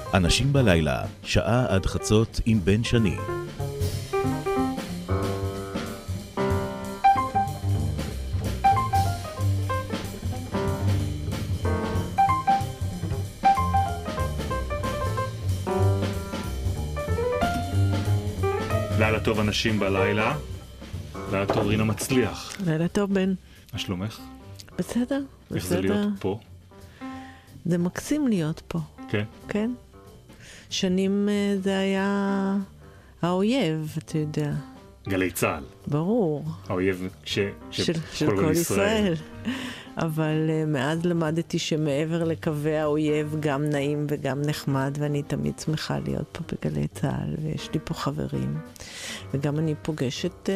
אנשים בלילה, שעה עד חצות עם בן שני. לילה טוב אנשים בלילה, לילה טוב רינה מצליח. לילה טוב בן. מה שלומך? בסדר, איך זה להיות פה? זה מקסים להיות פה. כן? כן. שנים זה היה האויב, אתה יודע. גלי צהל. ברור. האויב של כל ישראל. אבל מאז למדתי שמעבר לקווי האויב גם נעים וגם נחמד, ואני תמיד שמחה להיות פה בגלי צהל, ויש לי פה חברים. וגם אני פוגשת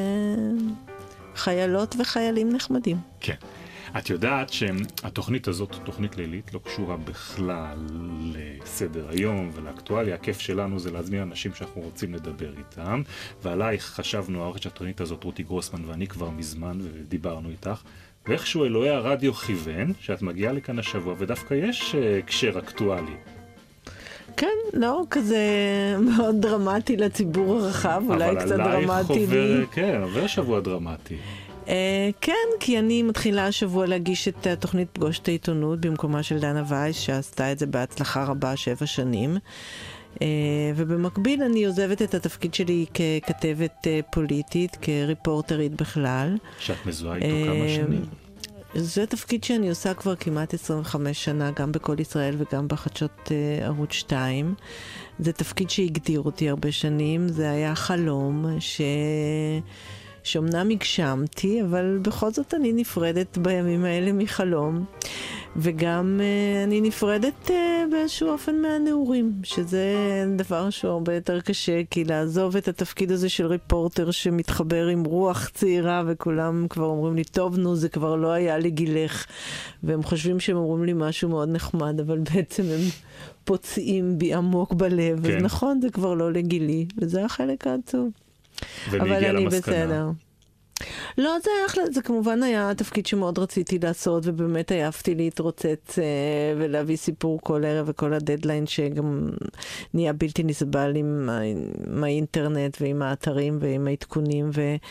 חיילות וחיילים נחמדים. כן. את יודעת שהתוכנית הזאת, תוכנית לילית, לא קשורה בכלל לסדר היום ולאקטואליה. הכיף שלנו זה להזמין אנשים שאנחנו רוצים לדבר איתם. ועלייך חשבנו הארץ שהתוכנית הזאת, רותי גרוסמן ואני כבר מזמן ודיברנו איתך. ואיכשהו אלוהי הרדיו כיוון, שאת מגיעה לכאן השבוע, ודווקא יש קשר אקטואלי. כן, לא כזה מאוד דרמטי לציבור הרחב, אולי קצת דרמטי לי. כן, עובר שבוע דרמטי. כן, כי אני מתחילה השבוע להגיש את התוכנית פגוש את העיתונות במקומה של דנה וייס, שעשתה את זה בהצלחה רבה 7 שנים. ובמקביל אני עוזבת את התפקיד שלי ככתבת פוליטית, כריפורטרית בכלל. שאת מזוהה איתו כמה שנים? זה תפקיד שאני עושה כבר כמעט 25 שנה, גם בכל ישראל וגם בחדשות ערוץ 2. זה תפקיד שהגדיר אותי הרבה שנים, זה היה חלום שאומנם הגשמתי, אבל בכל זאת אני נפרדת בימים האלה מחלום. וגם אני נפרדת באיזשהו אופן מהנעורים, שזה דבר שהוא הרבה יותר קשה, כי לעזוב את התפקיד הזה של ריפורטר שמתחבר עם רוח צעירה, וכולם כבר אומרים לי, טוב נו, זה כבר לא היה לגילך, והם חושבים שהם אומרים לי משהו מאוד נחמד, אבל בעצם הם פוצעים בי עמוק בלב, כן. אז נכון, זה כבר לא לגילי, וזה החלק העצוב. אבל אני בסדר. לא, זה היה אחלה, זה כמובן היה תפקיד שמאוד רציתי לעשות, ובאמת עייפתי להתרוצץ ולהביא סיפור כל ערב, וכל הדדליין שגם נהיה בלתי נסבל עם האינטרנט ועם האתרים ועם העדכונים.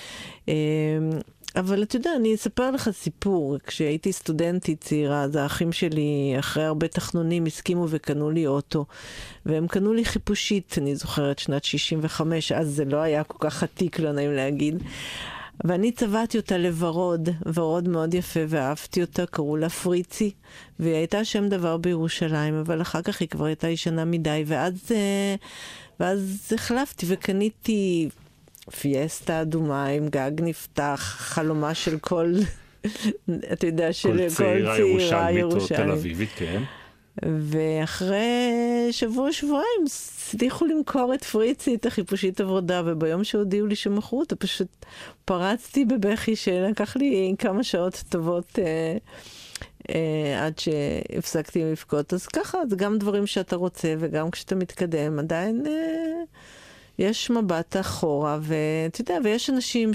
אבל אתה יודע, אני אספר לך סיפור. כשהייתי סטודנטית צעירה, אז האחים שלי, אחרי הרבה תחנונים, הסכימו וקנו לי אוטו. והם קנו לי חיפושית, אני זוכרת, שנת 65, אז זה לא היה כל כך עתיק, לא נעים להגיד. ואני צבעתי אותה לוורוד, ורוד מאוד יפה, ואהבתי אותה, קראו לה פריצי, והיא הייתה שם דבר בירושלים, אבל אחר כך היא כבר הייתה ישנה מדי, ואז החלפתי וקניתי פיאסטה אדומה עם גג נפתח, חלומה של כל, אתה יודע, של כל צעירה ירושלמית או תל אביבית, כן. ואחרי שבועיים הצליחו למכור את פריצי, את החיפושית עבודה, וביום שהודיעו לי שמכרו אותה, פשוט פרצתי בבכי שלקח לי כמה שעות טובות עד שהפסקתי לבכות. אז ככה, זה גם דברים שאתה רוצה, וגם כשאתה מתקדם, עדיין יש מבט אחורה, ואתה יודע, ויש אנשים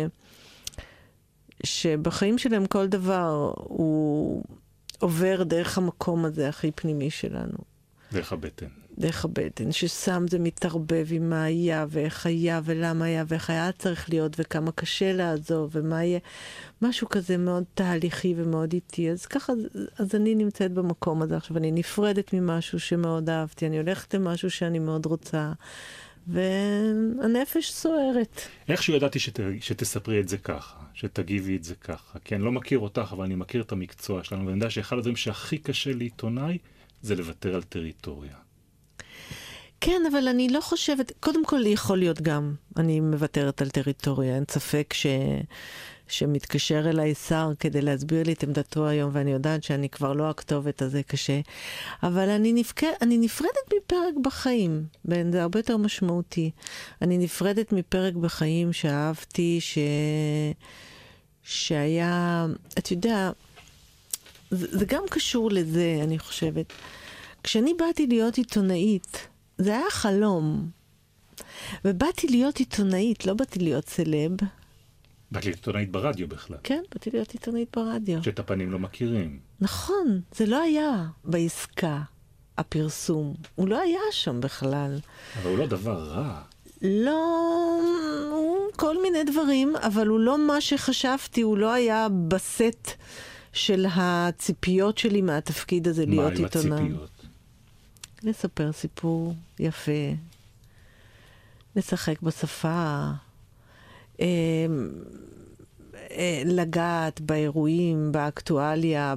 שבחיים שלהם כל דבר הוא עובר דרך המקום הזה הכי פנימי שלנו. דרך הבטן. דרך הבטן, ששם זה מתערבב עם מה היה, ואיך היה, ולמה היה, ואיך היה צריך להיות, וכמה קשה לעזוב, ומה יהיה. משהו כזה מאוד תהליכי ומאוד איטי. אז ככה, אז אני נמצאת במקום הזה. עכשיו, אני נפרדת ממשהו שמאוד אהבתי, אני הולכת למשהו שאני מאוד רוצה, והנפש סוערת. איכשהו ידעתי שתספרי את זה ככה, שתגיבי את זה ככה. כי אני לא מכיר אותך, אבל אני מכיר את המקצוע שלנו, ואני יודע שאחד הדברים שהכי קשה לעיתונאי, זה לוותר על טריטוריה. כן, אבל אני לא חושבת, קודם כל יכול להיות גם, אני מוותרת על טריטוריה, אין ספק שמתקשר אליי שר כדי להסביר לי את עמדתו היום, ואני יודעת שאני כבר לא הכתובת, אז זה קשה. אבל אני נפרדת מפרק בחיים, זה הרבה יותר משמעותי. אני נפרדת מפרק בחיים שאהבתי, שהיה, אתה יודע, זה גם קשור לזה, אני חושבת. כשאני באתי להיות עיתונאית, זה היה חלום. ובאתי להיות עיתונאית, לא באתי להיות סלב. באת להיות עיתונאית ברדיו בכלל. כן, באתי להיות עיתונאית ברדיו. שאת הפנים לא מכירים. נכון, זה לא היה בעסקה. הפרסום. הוא לא היה שם בכלל. אבל הוא לא דבר רע. לא, כל מיני דברים, אבל הוא לא מה שחשבתי, הוא לא היה בסט של הציפיות שלי מהתפקיד הזה להיות עיתונאי. מה היו הציפיות? לספר סיפור יפה, לשחק בשפה, לגעת באירועים, באקטואליה,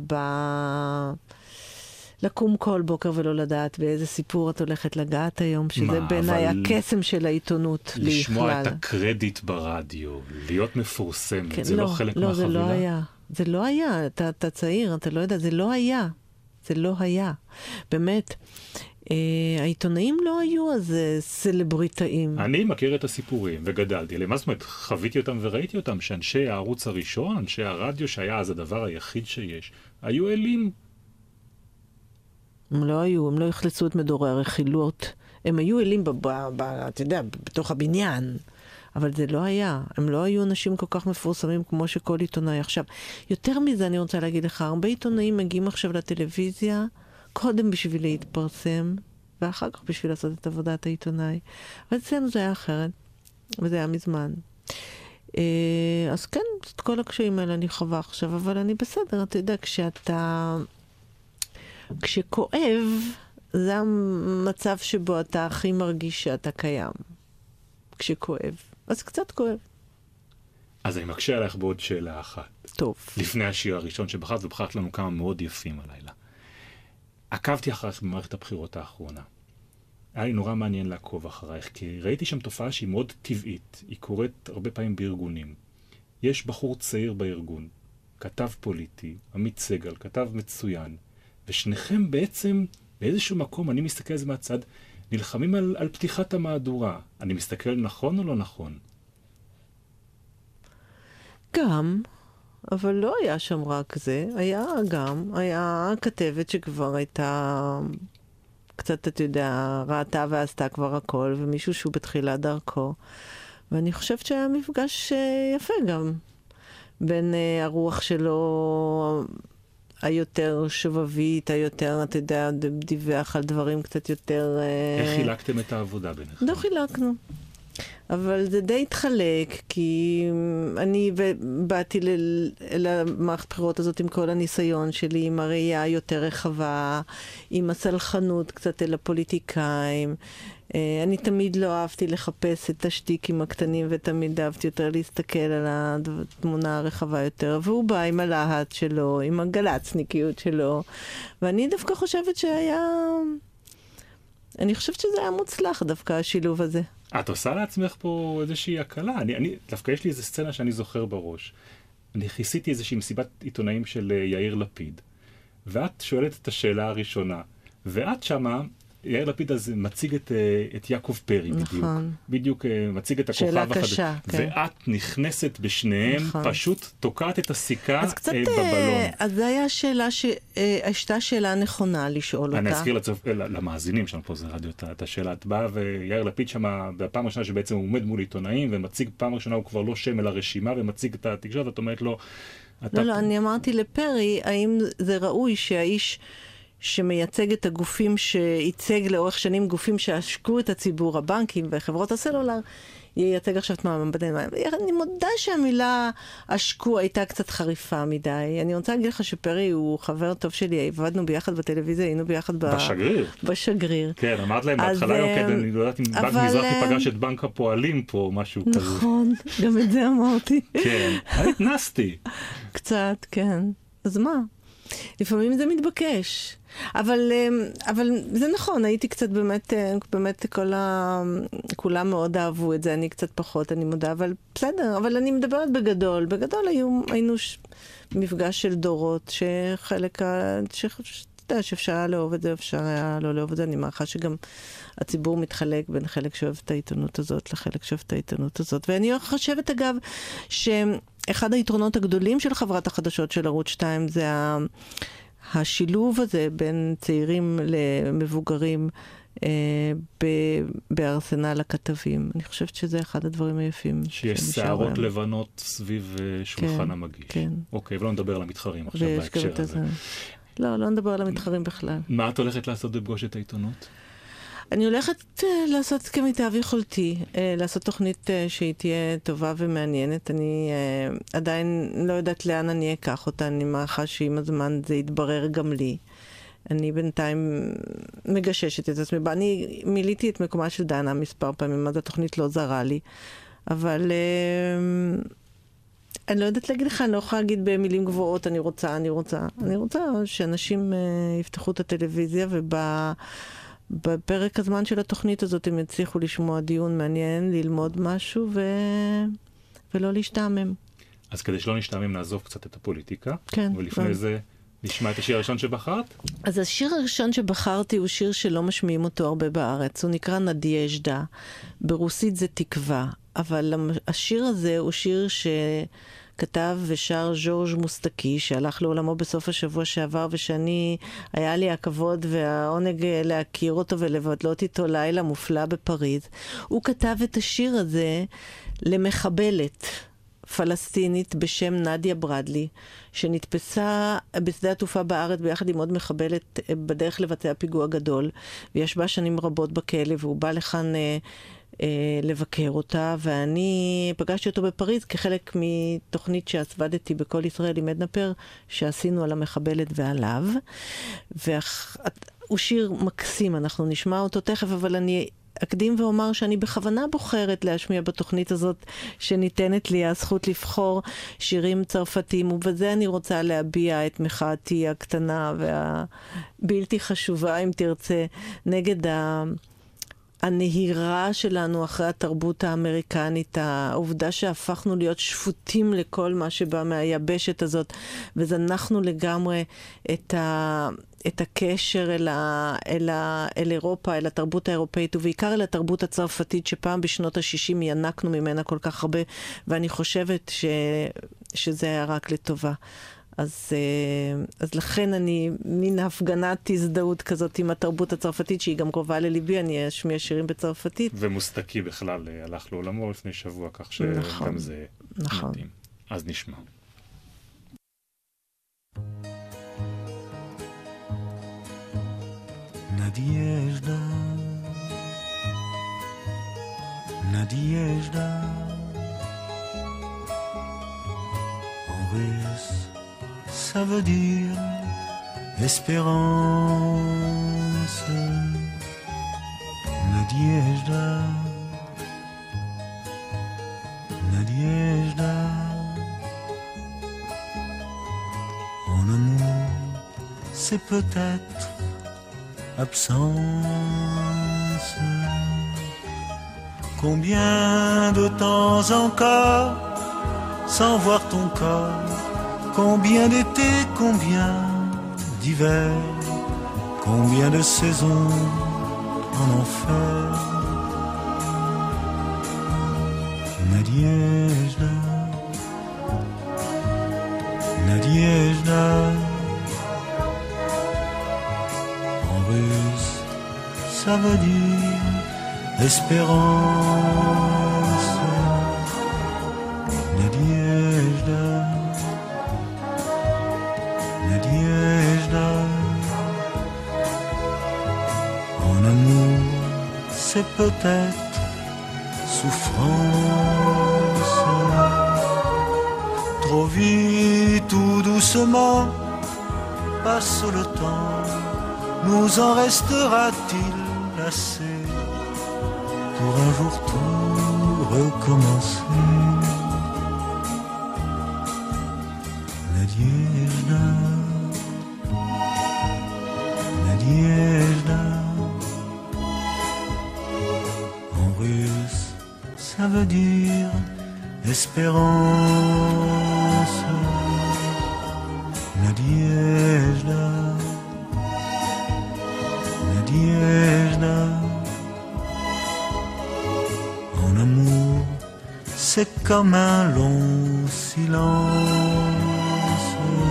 לקום כל בוקר ולא לדעת באיזה סיפור את הולכת לגעת היום, שזה בעיניי הקסם של העיתונות. לשמוע את הקרדיט ברדיו, להיות מפורסמת, כן, זה לא חלק מהחבילה? לא, זה לא היה. זה לא היה. אתה צעיר, אתה לא יודע, זה לא היה. זה לא היה. באמת, העיתונאים לא היו אז סלבריטאים. אני מכיר את הסיפורים וגדלתי עליהם. מה זאת אומרת? חוויתי אותם וראיתי אותם, שאנשי הערוץ הראשון, אנשי הרדיו, שהיה אז הדבר היחיד שיש, היו אלים. הם לא היו, הם לא החלצו את מדורי הרכילות. הם היו אלים, אתה יודע, בתוך הבניין. אבל זה לא היה. הם לא היו אנשים כל כך מפורסמים כמו שכל עיתונאי עכשיו. יותר מזה אני רוצה להגיד לך, הרבה עיתונאים מגיעים עכשיו לטלוויזיה, קודם בשביל להתפרסם, ואחר כך בשביל לעשות את עבודת העיתונאי. אבל אצלנו זה היה אחרת, וזה היה מזמן. אז כן, את כל הקשיים האלה אני חווה עכשיו, אבל אני בסדר, אתה יודע, כשכואב, זה המצב שבו אתה הכי מרגיש שאתה קיים. כשכואב. אז קצת כואב. אז אני מקשה עליך בעוד שאלה אחת. טוב. לפני השיר הראשון שבחרת, ובחרת לנו כמה מאוד יפים הלילה. עקבתי אחריך במערכת הבחירות האחרונה. היה לי נורא מעניין לעקוב אחרייך, כי ראיתי שם תופעה שהיא מאוד טבעית. היא קורית הרבה פעמים בארגונים. יש בחור צעיר בארגון, כתב פוליטי, עמית סגל, כתב מצוין, ושניכם בעצם, באיזשהו מקום, אני מסתכל על זה מהצד, נלחמים על פתיחת המהדורה. אני מסתכל נכון או לא נכון? גם, אבל לא היה שם רק זה. היה כתבת שכבר הייתה קצת, אתה יודע, ראתה ועשתה כבר הכל, ומישהו שהוא בתחילת דרכו. ואני חושבת שהיה מפגש יפה גם, בין הרוח שלו היותר שבבית, היותר, אתה יודע, דיווח על דברים קצת יותר... איך חילקתם את העבודה ביניכם? לא חילקנו. אבל זה די התחלק, כי אני באתי למערכת בחירות הזאת עם כל הניסיון שלי, עם הראייה יותר רחבה, עם הסלחנות קצת אל הפוליטיקאים. אני תמיד לא אהבתי לחפש את השטיקים הקטנים, ותמיד אהבתי יותר להסתכל על התמונה הרחבה יותר. והוא בא עם הלהט שלו, עם הגלצניקיות שלו. ואני דווקא חושבת אני חושבת שזה היה מוצלח דווקא השילוב הזה. את עושה לעצמך פה איזושהי הקלה. דווקא יש לי איזו סצנה שאני זוכר בראש. אני כיסיתי איזושהי מסיבת עיתונאים של יאיר לפיד. ואת שואלת את השאלה הראשונה. ואת שמה, יאיר לפיד אז מציג את יעקב פרי בדיוק. נכון. בדיוק מציג את הכוכב שאלה קשה, כן. ואת נכנסת בשניהם, נכון. פשוט תוקעת את הסיכה אז קצת, בבלון. אז זו הייתה שאלה הייתה שאלה נכונה לשאול אותה. אני אזכיר למאזינים שלנו פה, זה רדיו, את השאלה. את באה ויאיר לפיד שמה, בפעם הראשונה שבעצם הוא עומד מול עיתונאים, ומציג פעם ראשונה, הוא כבר לא שם אל הרשימה, ומציג את התקשורת, ואת אומרת לו... לא, אני אמרתי לפרי, האם זה ראוי שהאיש שמייצג את הגופים שייצג לאורך שנים גופים שעשקו את הציבור, הבנקים וחברות הסלולר, ייצג עכשיו את מעמדנו. אני מודה שהמילה עשקו הייתה קצת חריפה מדי. אני רוצה להגיד לך שפרי הוא חבר טוב שלי, עבדנו ביחד בטלוויזיה, היינו ביחד בשגריר. בשגריר. כן, אמרת להם בהתחלה יוקד, אני לא יודעת אם בנק מזרחי פגש את בנק הפועלים פה, משהו כזה. נכון, גם את זה אמרתי. כן, התנסתי. קצת, כן. אז מה? לפעמים זה מתבקש. אבל זה נכון, הייתי קצת באמת כולם מאוד אהבו את זה, אני קצת פחות, אני מודה, אבל בסדר, אבל אני מדברת בגדול. בגדול היינו מפגש של דורות, שחלק, שאפשר היה לאהוב את זה, אפשר היה לא לאהוב את זה, אני מערכה שגם הציבור מתחלק בין חלק שאוהב את העיתונות הזאת לחלק שאוהב את העיתונות הזאת. ואני חושבת אגב, שאחד היתרונות הגדולים של חברת החדשות של ערוץ 2 זה השילוב הזה בין צעירים למבוגרים בארסנל הכתבים. אני חושבת שזה אחד הדברים היפים. שיש שערות לבנות סביב שולחן המגיש. כן. אוקיי, ולא נדבר על המתחרים עכשיו בהקשר הזה. לא נדבר על המתחרים בכלל. מה את הולכת לעשות בפגוש את העיתונות? אני הולכת לעשות כמיטב יכולתי, לעשות תוכנית שהיא תהיה טובה ומעניינת. אני עדיין לא יודעת לאן אני אקח אותה, אני מערכה שעם הזמן זה יתברר גם לי. אני בינתיים מגששת את עצמי. אני מיליתי את מקומה של דנה מספר פעמים, אז התוכנית לא זרה לי. אבל אני לא יודעת להגיד לך, אני לא יכולה להגיד במילים גבוהות, אני רוצה שאנשים יפתחו את הטלוויזיה, בפרק הזמן של התוכנית הזאת הם יצליחו לשמוע דיון מעניין, ללמוד משהו ולא להשתעמם. אז כדי שלא נשתעמם נעזוב קצת את הפוליטיקה. כן. ולפני זה נשמע את השיר הראשון שבחרת? אז השיר הראשון שבחרתי הוא שיר שלא משמיעים אותו הרבה בארץ. הוא נקרא נדייז'דה. ברוסית זה תקווה. אבל השיר הזה הוא שיר כתב ושר ז'ורג' מוסטקי, שהלך לעולמו בסוף השבוע שעבר, היה לי הכבוד והעונג להכיר אותו ולבדלות איתו לילה מופלא בפריז. הוא כתב את השיר הזה למחבלת פלסטינית בשם נדיה ברדלי, שנתפסה בשדה התעופה בארץ ביחד עם עוד מחבלת בדרך לבצע פיגוע גדול, וישבה שנים רבות בכלא, והוא בא לכאן לבקר אותה, ואני פגשתי אותו בפריז כחלק מתוכנית שעצבדתי בכל ישראל עם עדנה פר, שעשינו על המחבלת ועליו, הוא שיר מקסים, אנחנו נשמע אותו תכף, אבל אני אקדים ואומר שאני בכוונה בוחרת להשמיע בתוכנית הזאת, שניתנת לי הזכות לבחור שירים צרפתיים, ובזה אני רוצה להביע את מחאתי הקטנה והבלתי חשובה, אם תרצה, נגד הנהירה שלנו אחרי התרבות האמריקנית, העובדה שהפכנו להיות שפוטים לכל מה שבא מהיבשת הזאת, וזנחנו לגמרי את הקשר אל אירופה, אל התרבות האירופאית, ובעיקר אל התרבות הצרפתית, שפעם בשנות ה-60 ינקנו ממנה כל כך הרבה, ואני חושבת שזה היה רק לטובה. אז לכן אני מין הפגנת הזדהות כזאת עם התרבות הצרפתית, שהיא גם קרובה לליבי, אני אשמיע שירים בצרפתית. ומוסטקי בכלל הלך לעולמו לפני שבוע, כך שגם זה מדהים. אז נשמע. Nadježda, Nadježda, en russe, ça veut dire espérance. Nadježda, Nadježda, en amour, c'est peut-être absence. Combien de temps encore sans voir ton corps? Combien d'été, combien d'hiver? Combien de saisons en enfer? Nadježda, Nadježda, ça veut dire espérance. Nadježda, Nadježda, en amour, c'est peut-être souffrance. Trop vite ou doucement passe le temps. Nous en restera-t-il assez pour un jour tout recommencer? Nadježda, Nadježda, en russe, ça veut dire espérance. Nadježda, Nadježda, en amour, c'est comme un long silence.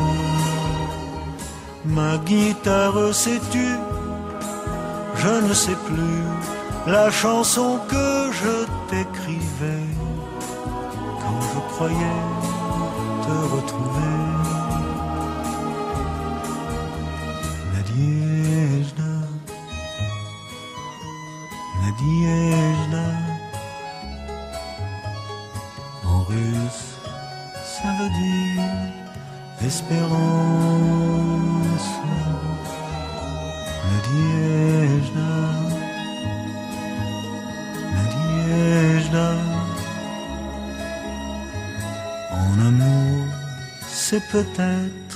Ma guitare, sais-tu, je ne sais plus la chanson que je t'écrivais quand je croyais te retrouver. Tunis, ça veut dire espérance. Nadejda, en amour, c'est peut-être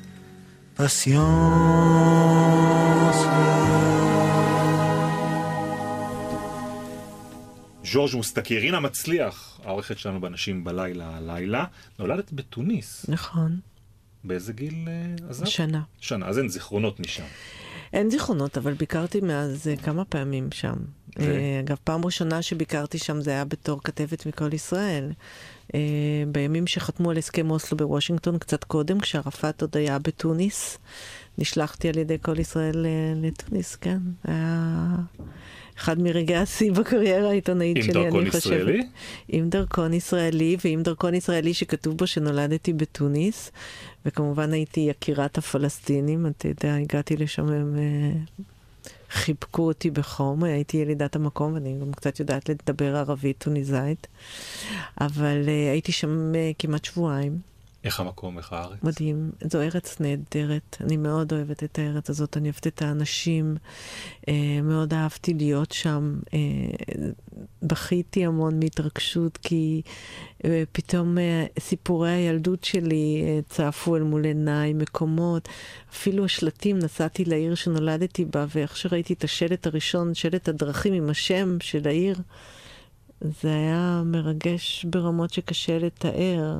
patience. ז'ורג' מוסטקי, רינה מצליח, העורכת שלנו באנשים בלילה, נולדת בתוניס. נכון. באיזה גיל עזב? שנה. אז אין זיכרונות משם. אין זיכרונות, אבל ביקרתי מאז כמה פעמים שם. אגב, פעם ראשונה שביקרתי שם זה היה בתור כתבת מכל ישראל. בימים שחתמו על הסכם אוסלו בוושינגטון קצת קודם, כשערפאת עוד היה בתוניס, נשלחתי על ידי כל ישראל לתוניס, כן. היה אחד מרגעי השיא בקריירה העיתונאית שלי, אני חושבת. עם דרכון ישראלי? עם דרכון ישראלי, ועם דרכון ישראלי שכתוב בו שנולדתי בתוניס, וכמובן הייתי יקירת הפלסטינים, אתה יודע, הגעתי לשם, הם חיבקו אותי בחום, הייתי ילידת המקום, ואני גם קצת יודעת לדבר ערבית טוניסאית, אבל הייתי שם כמעט שבועיים. איך המקום, איך הארץ? מדהים, זו ארץ נהדרת, אני מאוד אוהבת את הארץ הזאת, אני אוהבת את האנשים, מאוד אהבתי להיות שם, בכיתי המון מהתרגשות, כי פתאום סיפורי הילדות שלי צעפו אל מול עיניי, מקומות, אפילו השלטים, נסעתי לעיר שנולדתי בה, ואיך שראיתי את השלט הראשון, שלט הדרכים עם השם של העיר, זה היה מרגש ברמות שקשה לתאר.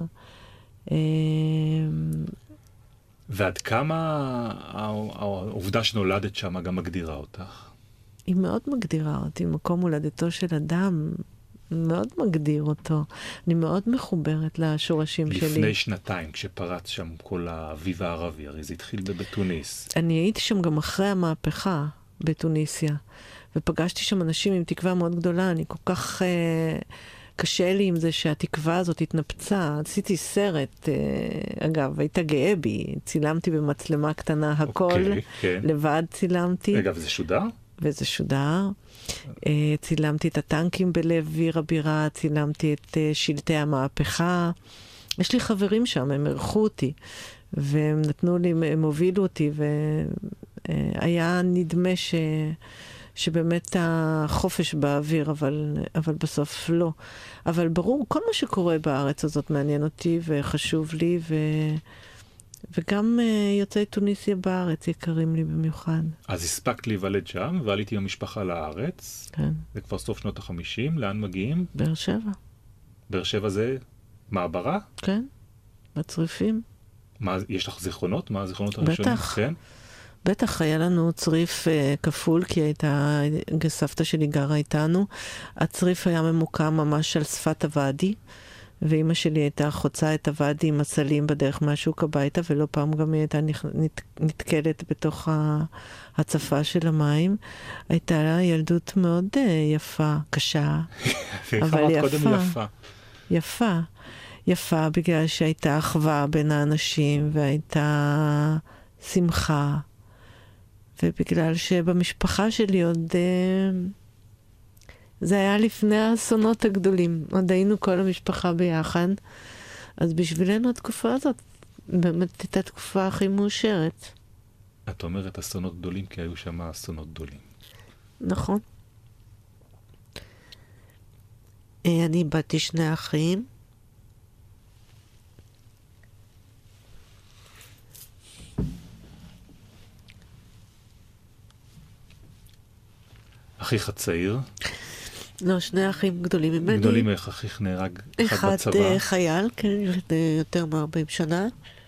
ועד כמה העובדה שנולדת שם גם מגדירה אותך? היא מאוד מגדירה אותי, מקום הולדתו של אדם מאוד מגדיר אותו. אני מאוד מחוברת לשורשים שלי. לפני שנתיים, כשפרץ שם כל האביב הערבי, הרי זה התחיל בתוניס. אני הייתי שם גם אחרי המהפכה בתוניסיה, ופגשתי שם אנשים עם תקווה מאוד גדולה. אני כל כך קשה לי עם זה שהתקווה הזאת התנפצה. עשיתי סרט, אגב, היית גאה בי, צילמתי במצלמה קטנה הכל, כן. לבד צילמתי. אגב, זה שודר? וזה שודר. צילמתי את הטנקים בלב עיר הבירה, צילמתי את שלטי המהפכה. יש לי חברים שם, הם ערכו אותי, והם נתנו לי, הם הובילו אותי, והיה נדמה שבאמת החופש באוויר, אבל בסוף לא. אבל ברור, כל מה שקורה בארץ הזאת מעניין אותי וחשוב לי, וגם יוצאי טוניסיה בארץ יקרים לי במיוחד. אז הספקת להיוולד שם, ועליתי עם המשפחה לארץ. כן. זה כבר סוף שנות ה-50, לאן מגיעים? באר שבע. באר שבע זה מעברה? כן, בצריפים. מה, יש לך זיכרונות? מה הזיכרונות הראשונים? בטח. כן? בטח היה לנו צריף כפול, כי הייתה, סבתא שלי גרה איתנו. הצריף היה ממוקם ממש על שפת הוואדי, ואמא שלי הייתה חוצה את הוואדי עם הסלים בדרך מהשוק הביתה, ולא פעם גם היא הייתה נתקלת בתוך הצפה של המים. הייתה ילדות מאוד יפה, קשה, אבל יפה. יפה. יפה בגלל שהייתה אחווה בין האנשים, והייתה שמחה. ובגלל שבמשפחה שלי עוד זה היה לפני האסונות הגדולים. עוד היינו כל המשפחה ביחד. אז בשבילנו התקופה הזאת באמת הייתה תקופה הכי מאושרת. את אומרת אסונות גדולים, כי היו שם אסונות גדולים. נכון. אני באתי 2 אחים. אחיך הצעיר? לא, 2 אחים גדולים ממני. גדולים איך אחיך נהרג אחד בצבא? אחד חייל, כן, יותר מ-40 שנה.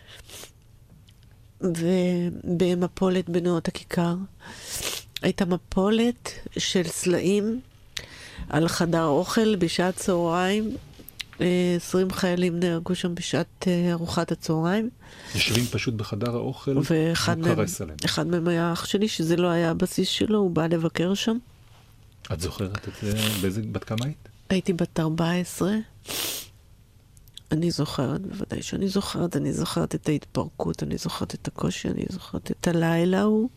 ובמפולת בנאות הכיכר. הייתה מפולת של סלעים על חדר אוכל בשעת צהריים. 20 חיילים נהרגו שם בשעת ארוחת הצהריים. יושבים פשוט בחדר האוכל, ואחד מהם היה אח שלי, שזה לא היה הבסיס שלו, הוא בא לבקר שם. את זוכרת את זה? בת כמה היית? הייתי בת 14. אני זוכרת, בוודאי שאני זוכרת. אני זוכרת את ההתפרקות, אני זוכרת את הקושי, אני זוכרת את הלילה ההוא,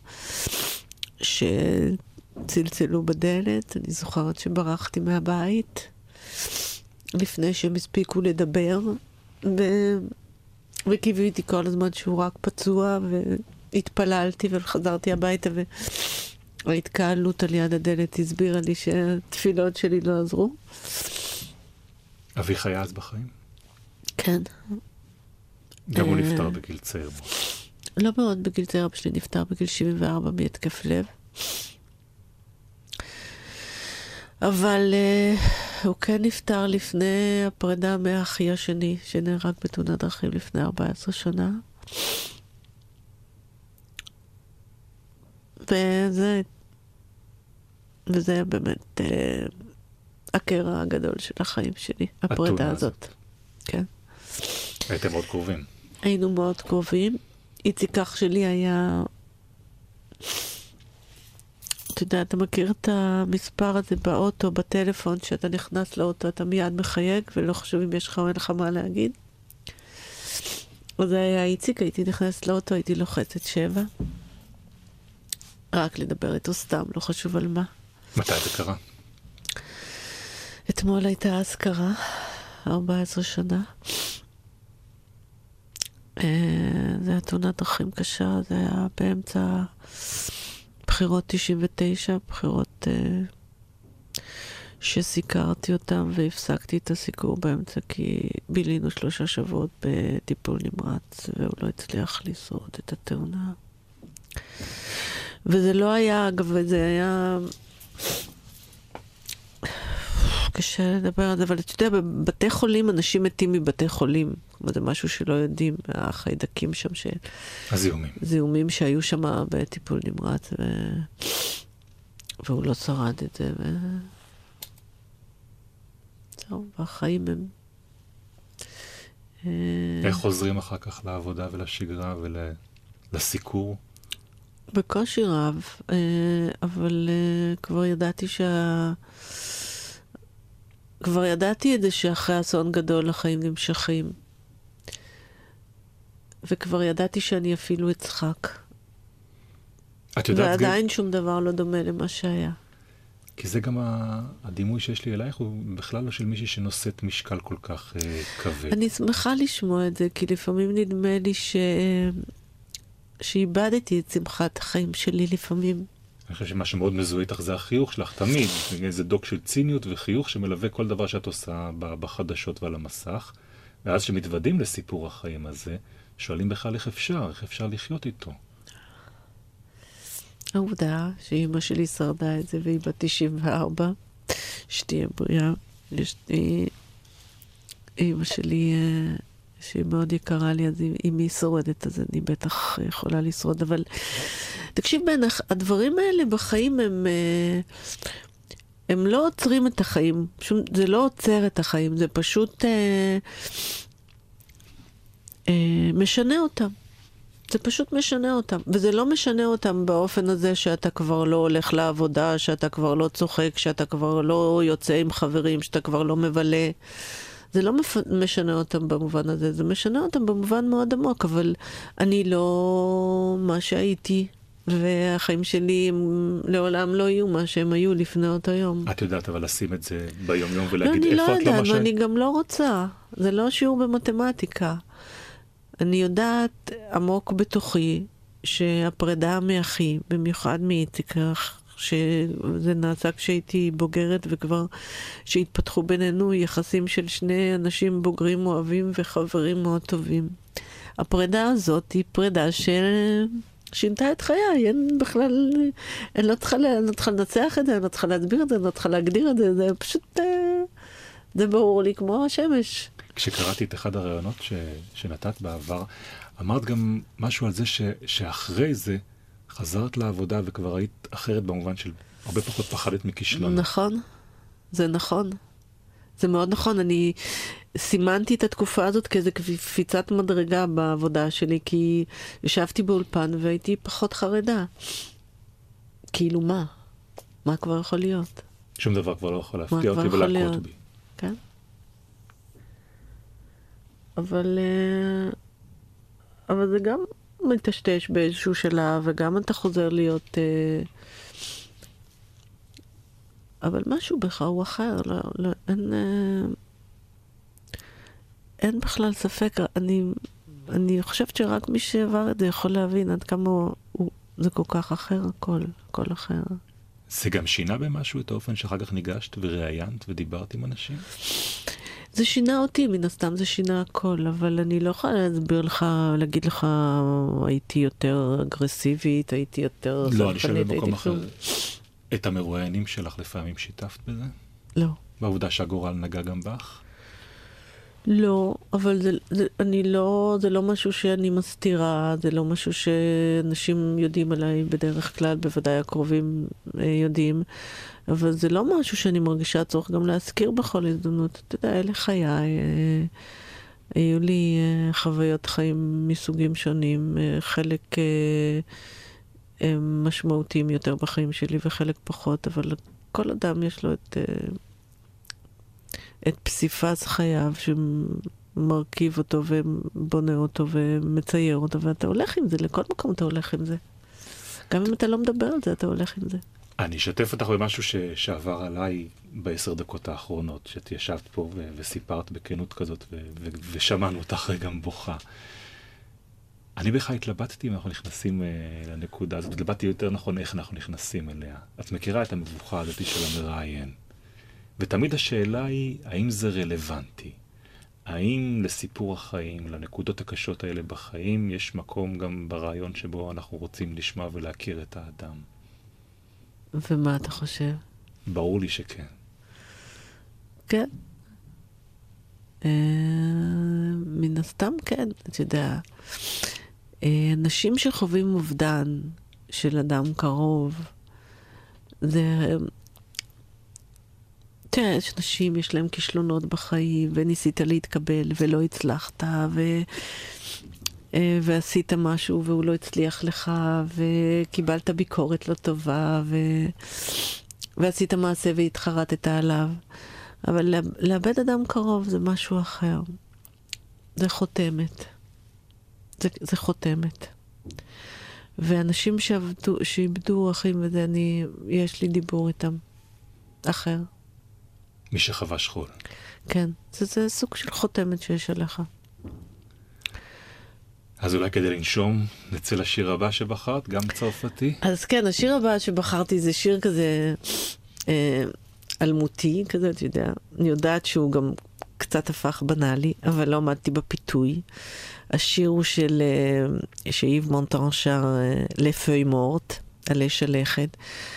שצלצלו בדלת, אני זוכרת שברחתי מהבית. לפני שהם הספיקו לדבר, וקיוויתי כל הזמן שהוא רק פצוע, והתפללתי וחזרתי הביתה, וההתקהלות על יד הדלת הסבירה לי שהתפילות שלי לא עזרו. אביך היה אז בחיים? כן. גם הוא נפטר בגיל צעיר. לא מאוד בגיל צעיר, אבא שלי נפטר בגיל 74 מהתקף לב. אבל הוא כן נפטר לפני הפרידה מאחי השני, שנהרג בתאונת דרכים לפני 14 שנה. וזה באמת הקרע הגדול של החיים שלי, הפרידה הזאת. כן. הייתם מאוד קרובים. היינו מאוד קרובים. איציק אח שלי היה... אתה יודע, אתה מכיר את המספר הזה באוטו, בטלפון, שאתה נכנס לאוטו, אתה מיד מחייג, ולא חשוב אם יש לך או אין לך מה להגיד. וזה היה איציק, הייתי נכנסת לאוטו, הייתי לוחצת 7. רק לדבר איתו סתם, לא חשוב על מה. מתי זה קרה? אתמול הייתה אזכרה, 14 שנה. זה היה תאונת דרכים קשה, זה היה באמצע בחירות 99, בחירות שסיקרתי אותם והפסקתי את הסיקור באמצע, כי בילינו 3 שבועות בטיפול נמרץ, והוא לא הצליח לשרוד את התאונה. וזה לא היה, אגב, זה היה... קשה לדבר על זה, אבל אתה יודע, בבתי חולים, אנשים מתים מבתי חולים. זה משהו שלא יודעים, החיידקים שם הזיהומים. זיהומים שהיו שם בטיפול נמרץ, והוא לא שרד את זה, זהו, והחיים הם... איך חוזרים אחר כך לעבודה ולשגרה ולסיקור? בקושי רב, אבל כבר ידעתי כבר ידעתי את זה שאחרי אסון גדול החיים נמשכים. וכבר ידעתי שאני אפילו אצחק. ועדיין שום דבר לא דומה למה שהיה. כי זה גם הדימוי שיש לי אלייך, הוא בכלל לא של מישהי שנושאת משקל כל כך כבד. אני שמחה לשמוע את זה, כי לפעמים נדמה לי שאיבדתי את שמחת החיים שלי לפעמים. אני חושב שמה שמאוד מזוהה איתך זה החיוך שלך תמיד. זה דוק של ציניות וחיוך שמלווה כל דבר שאת עושה בחדשות ועל המסך. ואז שמתוודים לסיפור החיים הזה, שואלים בכלל איך אפשר לחיות איתו. העובדה שאמא שלי שרדה את זה והיא בת 94, שתהיה בריאה. אמא שלי, שהיא מאוד יקרה לי, אז אם היא שורדת, אז אני בטח יכולה לשרוד. אבל תקשיב, הדברים האלה בחיים הם לא עוצרים את החיים. זה לא עוצר את החיים, זה פשוט משנה אותם. זה פשוט משנה אותם. וזה לא משנה אותם באופן הזה שאתה כבר לא הולך לעבודה, שאתה כבר לא צוחק, שאתה כבר לא יוצא עם חברים, שאתה כבר לא מבלה. זה לא משנה אותם במובן הזה, זה משנה אותם במובן מאוד עמוק, אבל אני לא מה שהייתי, והחיים שלי הם לעולם לא יהיו מה שהם היו לפני אותו יום. את יודעת אבל לשים את זה ביום יום ולהגיד איפה את לא מה ש... לא, אני לא יודעת, ואני גם לא רוצה. זה לא שיעור במתמטיקה. אני יודעת עמוק בתוכי שהפרידה מאחי, במיוחד מאיציק, שזה נעשה כשהייתי בוגרת וכבר שהתפתחו בינינו יחסים של שני אנשים בוגרים אוהבים וחברים מאוד טובים. הפרידה הזאת היא פרידה ששינתה את חיי, אין בכלל, אני לא צריכה לנצח את זה, אני לא צריכה להסביר את זה, אני לא צריכה להגדיר את זה, זה פשוט, זה ברור לי כמו השמש. כשקראתי את אחד הרעיונות שנתת בעבר, אמרת גם משהו על זה שאחרי זה חזרת לעבודה וכבר היית אחרת במובן של הרבה פחות פחדת מכישלון. נכון, זה נכון. זה מאוד נכון. אני סימנתי את התקופה הזאת כאיזו קפיצת מדרגה בעבודה שלי, כי ישבתי באולפן והייתי פחות חרדה. כאילו מה? מה כבר יכול להיות? שום דבר כבר לא יכול להפתיע אותי ולהכות בי. כן. אבל זה גם מטשטש באיזשהו שלב, וגם אתה חוזר להיות... אבל משהו בך הוא אחר, אין... אין בכלל ספק, אני חושבת שרק מי שעבר את זה יכול להבין עד כמה זה כל כך אחר, הכל אחר. זה גם שינה במשהו את האופן שאחר כך ניגשת וראיינת ודיברת עם אנשים? זה שינה אותי, מן הסתם זה שינה הכל, אבל אני לא יכולה להסביר לך, להגיד לך, הייתי יותר אגרסיבית, הייתי יותר סלחנית. לא, אני שואל במקום אחר. את המרואיינים שלך לפעמים שיתפת בזה? לא. בעובדה שהגורל נגע גם בך? לא, אבל זה לא משהו שאני מסתירה, זה לא משהו שאנשים יודעים עליי בדרך כלל, בוודאי הקרובים יודעים, אבל זה לא משהו שאני מרגישה צורך גם להזכיר בכל הזדמנות. אתה יודע, אלה חיי, היו לי חוויות חיים מסוגים שונים, חלק משמעותיים יותר בחיים שלי וחלק פחות, אבל כל אדם יש לו את פסיפס חייו שמרכיב אותו ובונה אותו ומצייר אותו, ואתה הולך עם זה, לכל מקום אתה הולך עם זה. גם אם אתה לא מדבר על זה, אתה הולך עם זה. אני אשתף אותך במשהו שעבר עליי ב10 דקות האחרונות, שאת ישבת פה וסיפרת בכנות כזאת, ושמענו אותך גם בוכה. אני בכלל התלבטתי אם אנחנו נכנסים לנקודה הזאת, התלבטתי יותר נכון איך אנחנו נכנסים אליה. את מכירה את המבוכה הזאת של המראיין. ותמיד השאלה היא, האם זה רלוונטי? האם לסיפור החיים, לנקודות הקשות האלה בחיים, יש מקום גם ברעיון שבו אנחנו רוצים לשמוע ולהכיר את האדם? ומה אתה חושב? ברור לי שכן. כן. מן הסתם כן, אתה יודע. אנשים שחווים אובדן של אדם קרוב, זה... תראה, יש אנשים, יש להם כישלונות בחיים, וניסית להתקבל, ולא הצלחת, ועשית משהו, והוא לא הצליח לך, וקיבלת ביקורת לא טובה, ועשית מעשה והתחרטת עליו. אבל לאבד אדם קרוב זה משהו אחר. זה חותמת. זה חותמת. ואנשים שאיבדו אחים וזה, יש לי דיבור איתם. אחר. מי שחווה שכול. כן, זה סוג של חותמת שיש עליך. אז אולי כדי לנשום, נצא לשיר הבא שבחרת, גם צרפתי? אז כן, השיר הבא שבחרתי זה שיר כזה אלמותי, כזה, אתה יודע. אני יודעת שהוא גם קצת הפך בנאלי, אבל לא עמדתי בפיתוי. השיר הוא של שאיב מונטן שר לפוי מורט, עלי שלכת.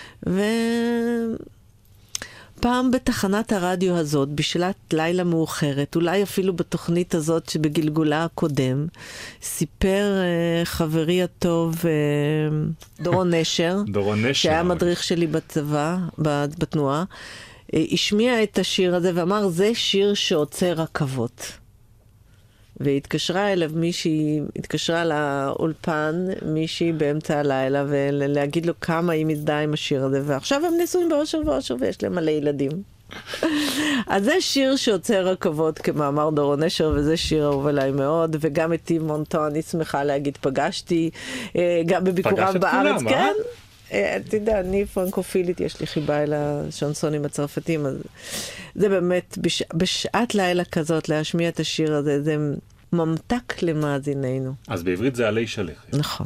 פעם בתחנת הרדיו הזאת, בשלט לילה מאוחרת, אולי אפילו בתוכנית הזאת שבגלגולה הקודם, סיפר חברי הטוב דורון נשר, שהיה מדריך שלי בצבא, בתנועה, השמיע את השיר הזה ואמר, זה שיר שעוצר רכבות. והתקשרה אליו מישהי, התקשרה לאולפן מישהי באמצע הלילה, ולהגיד לו כמה היא מזדהה עם השיר הזה, ועכשיו הם ניסויים באושר ואושר, ויש להם מלא ילדים. אז זה שיר שעוצר רכבות, כמאמר דורון נשר, וזה שיר אהוב עליי מאוד, וגם את איב מונטן, אני שמחה להגיד, פגשתי, גם בביקורם בארץ, כולם, כן? אתה יודע, אני פרנקופילית, יש לי חיבה אל השנסונים הצרפתיים, אז זה באמת, בשעת לילה כזאת, להשמיע את השיר הזה, זה ממתק למאזיננו. אז בעברית זה עלי שלכת. נכון.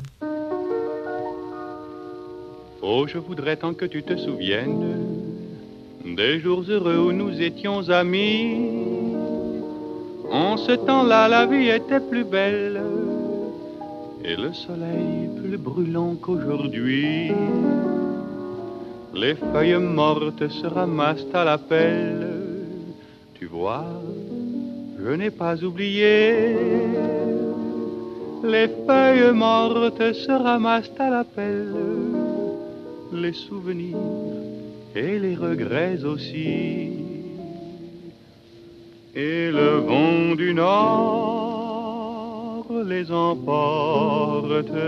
Oh, je voudrais tant que tu te souviennes des jours heureux où nous étions amis. En ce temps-là, la vie était plus belle et le soleil plus brûlant qu'aujourd'hui. Les feuilles mortes se ramassent à la pelle. Tu vois, je n'ai pas oublié. Les feuilles mortes se ramassent à la pelle. Les souvenirs et les regrets aussi. Et le vent du nord les emporte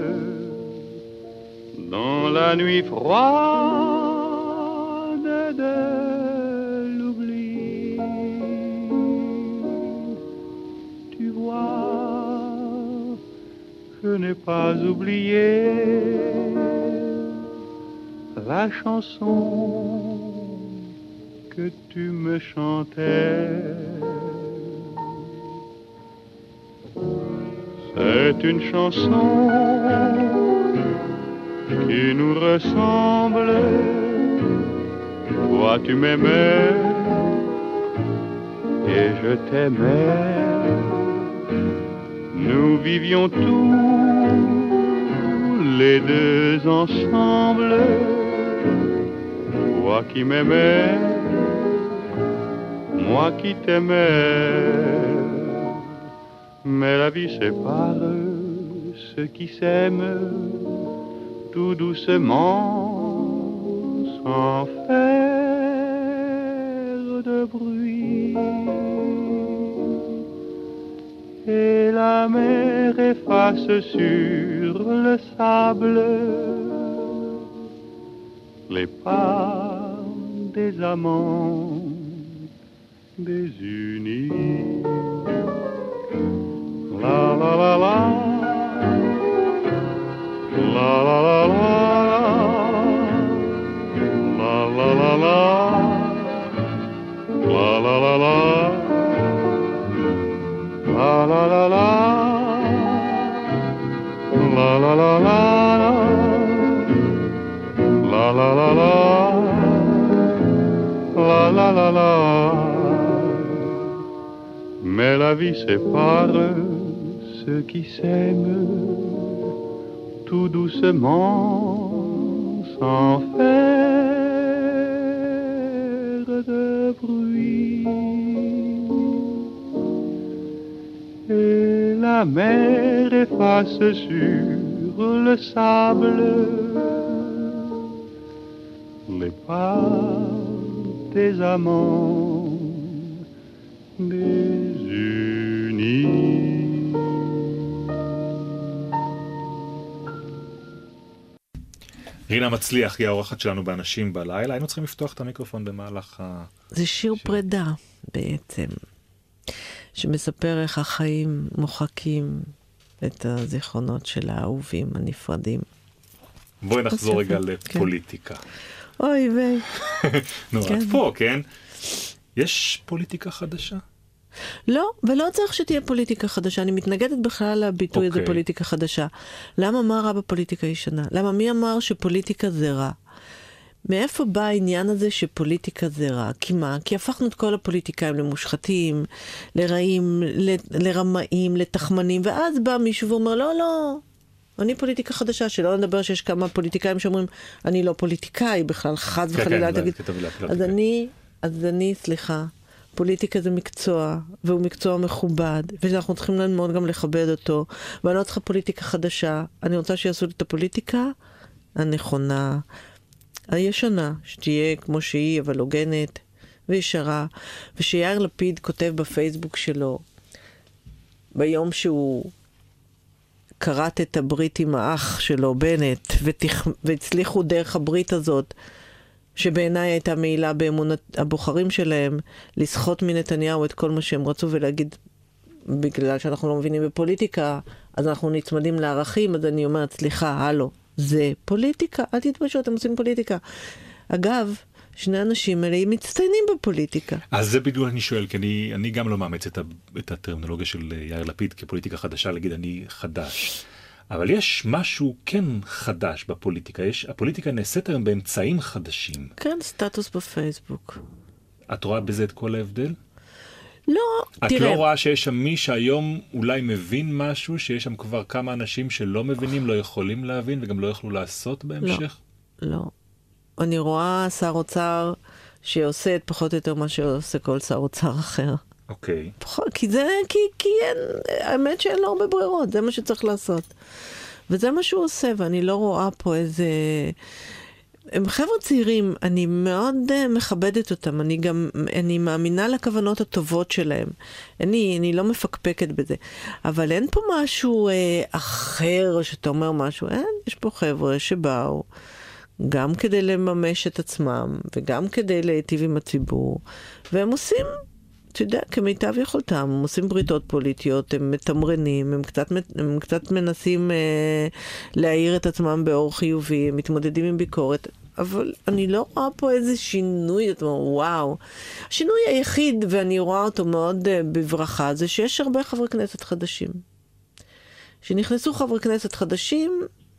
dans la nuit froide de l'oubli. Tu vois, je n'ai pas oublié la chanson que tu me chantais C'est une chanson qui nous ressemble. Toi tu m'aimais et je t'aimais. Nous vivions tous les deux ensemble. Toi qui m'aimais, moi qui t'aimais. Mais la vie sépare ceux qui s'aiment tout doucement, sans faire de bruit. Et la mer efface sur le sable les pas des amants désunis. La la la la, la la la la, la la la la, la la la la, la la la la, la la la la, la la la la, la la la la. Mais la vie sépare ceux qui s'aiment tout doucement, sans faire de bruit. Et la mer efface sur le sable les pas des amants désunis. רינה מצליח היא האורחת שלנו באנשים בלילה. היינו צריכים לפתוח את המיקרופון במהלך זה שיר פרידה בעצם, שמספר איך החיים מוחקים את הזיכרונות של האהובים הנפרדים. בואי נחזור רגע לפוליטיקה. אוי ויי. נו, את פה, כן? יש פוליטיקה חדשה? לא, ולא צריך שתהיה פוליטיקה חדשה. אני מתנגדת בכלל לביטוי הזה פוליטיקה חדשה. למה מה רע בפוליטיקה ישנה? למה מי אמר שפוליטיקה זה רע? מאיפה בא העניין הזה שפוליטיקה זה רע? כי מה? כי הפכנו את כל הפוליטיקאים למושחתים, לרעים, לרמאים, לתחמנים, ואז בא מישהו ואומר, לא, לא, אני פוליטיקה חדשה, שלא נדבר שיש כמה פוליטיקאים שאומרים, אני לא פוליטיקאי, בכלל חד וחלילה תגיד. אז אני, סליחה, פוליטיקה זה מקצוע, והוא מקצוע מכובד, ואנחנו צריכים ללמוד גם לכבד אותו, ואני לא צריכה פוליטיקה חדשה, אני רוצה שיעשו את הפוליטיקה הנכונה, הישנה, שתהיה כמו שהיא, אבל הוגנת וישרה, ושיאיר לפיד כותב בפייסבוק שלו, ביום שהוא קראת את הברית עם האח שלו, בנט, והצליחו דרך הברית הזאת, שבעיניי הייתה מעילה באמונת הבוחרים שלהם, לסחוט מנתניהו את כל מה שהם רצו ולהגיד, בגלל שאנחנו לא מבינים בפוליטיקה, אז אנחנו נצמדים לערכים, אז אני אומרת, סליחה, הלו, זה פוליטיקה, אל תתבשו, אתם עושים פוליטיקה. אגב, שני אנשים האלה מצטיינים בפוליטיקה. אז זה בדיוק אני שואל, כי אני גם לא מאמץ את הטרמינולוגיה של יאיר לפיד כפוליטיקה חדשה, להגיד אני חדש. אבל יש משהו כן חדש בפוליטיקה. הפוליטיקה נעשית היום באמצעים חדשים. כן, סטטוס בפייסבוק. את רואה בזה את כל ההבדל? לא, את תראה. לא רואה שיש שם מי שהיום אולי מבין משהו, שיש שם כבר כמה אנשים שלא מבינים, לא יכולים להבין, וגם לא יכלו לעשות בהמשך? לא. אני רואה שר אוצר שעושה את פחות או יותר מה שעושה כל שר אוצר אחר. אוקיי. כי אין, האמת שאין לו הרבה ברירות, זה מה שצריך לעשות. וזה מה שהוא עושה, ואני לא רואה פה איזה... הם חבר'ה צעירים, אני מאוד מכבדת אותם, אני מאמינה לכוונות הטובות שלהם. אני לא מפקפקת בזה. אבל אין פה משהו אחר שאתה אומר משהו, יש פה חבר'ה שבאו, גם כדי לממש את עצמם, וגם כדי להיטיב עם הציבור, והם עושים... אתה יודע, כמיטב יכולתם, הם עושים בריתות פוליטיות, הם מתמרנים, הם קצת מנסים להעיר את עצמם באור חיובי, הם מתמודדים עם ביקורת, אבל אני לא רואה פה איזה שינוי, אתה אומר, וואו. השינוי היחיד, ואני רואה אותו מאוד בברכה, זה שיש הרבה חברי כנסת חדשים. שנכנסו חברי כנסת חדשים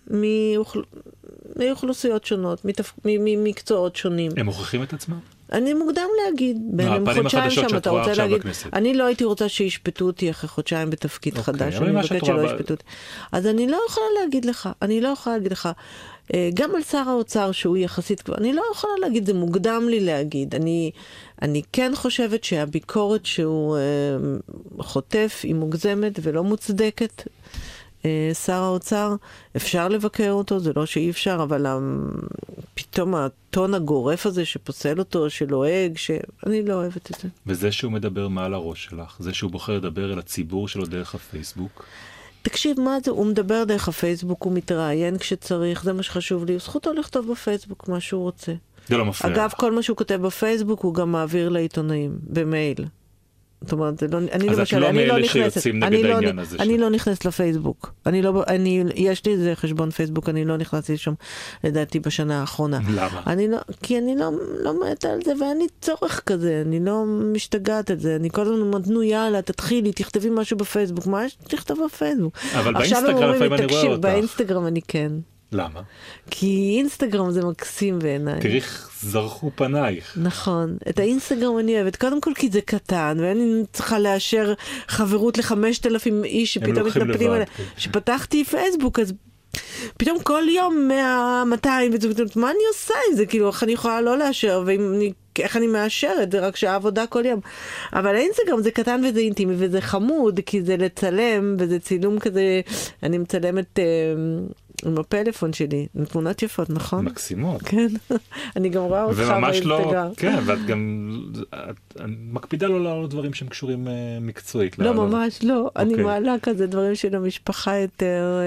מאוכלוסיות שונות, ממקצועות שונים. הם מוכיחים את עצמם? אני מוקדם להגיד, בין חודשיים שם, אתה רוצה להגיד, אני לא הייתי רוצה שישפטו אותי אחרי חודשיים בתפקיד חדש, אני מבקשת שלא ישפטו אותי. אז אני לא יכולה להגיד לך, גם על שר האוצר שהוא יחסית, אני לא יכולה להגיד, זה מוקדם לי להגיד, אני כן חושבת שהביקורת שהוא חוטף היא מוגזמת ולא מוצדקת, שר האוצר, אפשר לבקר אותו, זה לא שאי אפשר, אבל פתאום הטון הגורף הזה שפוסל אותו, שלועג, שאני לא אוהבת את זה. וזה שהוא מדבר מעל הראש שלך, זה שהוא בוחר לדבר אל הציבור שלו דרך הפייסבוק? תקשיב, מה זה? הוא מדבר דרך הפייסבוק, הוא מתראיין כשצריך, זה מה שחשוב לי, הוא זכותו לכתוב בפייסבוק מה שהוא רוצה. זה לא מפריע. אגב, כל מה שהוא כותב בפייסבוק הוא גם מעביר לעיתונאים, במייל. זאת אומרת, אז את לא מאלה שיוצאים נגד העניין הזה. אני לא נכנסת לפייסבוק. יש לי איזה חשבון פייסבוק, אני לא נכנסתי לשם, לדעתי, בשנה האחרונה. למה? כי אני לא מתה על זה, ואני צורך כזה, אני לא משתגעת את זה. אני כל הזמן אומרת, נו יאללה, תתחילי, תכתבי משהו בפייסבוק. מה יש לכתוב בפייסבוק? אבל באינסטגרם לפעמים אני רואה אותך. באינסטגרם אני כן. למה? כי אינסטגרם זה מקסים בעיניי. תראי, זרחו פנייך. נכון. את האינסטגרם אני אוהבת. קודם כל כי זה קטן, ואני צריכה לאשר חברות ל5,000 איש שפתאום מתנפלים עליה. שפתחתי פייסבוק, אז פתאום כל יום 100-200, מה אני עושה עם זה? כאילו, איך אני יכולה לא לאשר, איך אני מאשרת? זה רק שהעבודה כל יום. אבל האינסטגרם זה קטן וזה אינטימי, וזה חמוד, כי זה לצלם, וזה צילום כזה, אני מצלמת עם הפלאפון שלי, עם תמונות יפות, נכון? מקסימות. כן, אני גם רואה אותך באינסטגרם. וממש לא, כן, ואת גם מקפידה לא לעלות דברים שהם קשורים מקצועית. לא, ממש לא. אני מעלה כזה דברים של המשפחה יותר.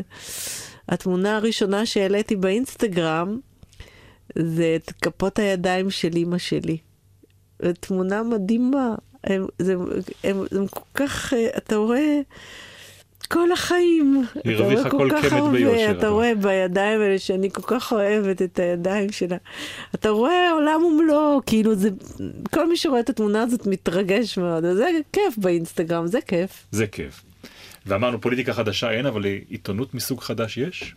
התמונה הראשונה שהעליתי באינסטגרם, זה את כפות הידיים של אמא שלי. תמונה מדהימה. זה כל כך, אתה רואה, כל החיים. הרוויחה כל קמת ביושר. אתה רואה בידיים האלה שאני כל כך אוהבת את הידיים שלה. אתה רואה עולם ומלואו, כאילו זה, כל מי שרואה את התמונה הזאת מתרגש מאוד. זה כיף באינסטגרם, זה כיף. זה כיף. ואמרנו, פוליטיקה חדשה אין, אבל עיתונות מסוג חדש יש?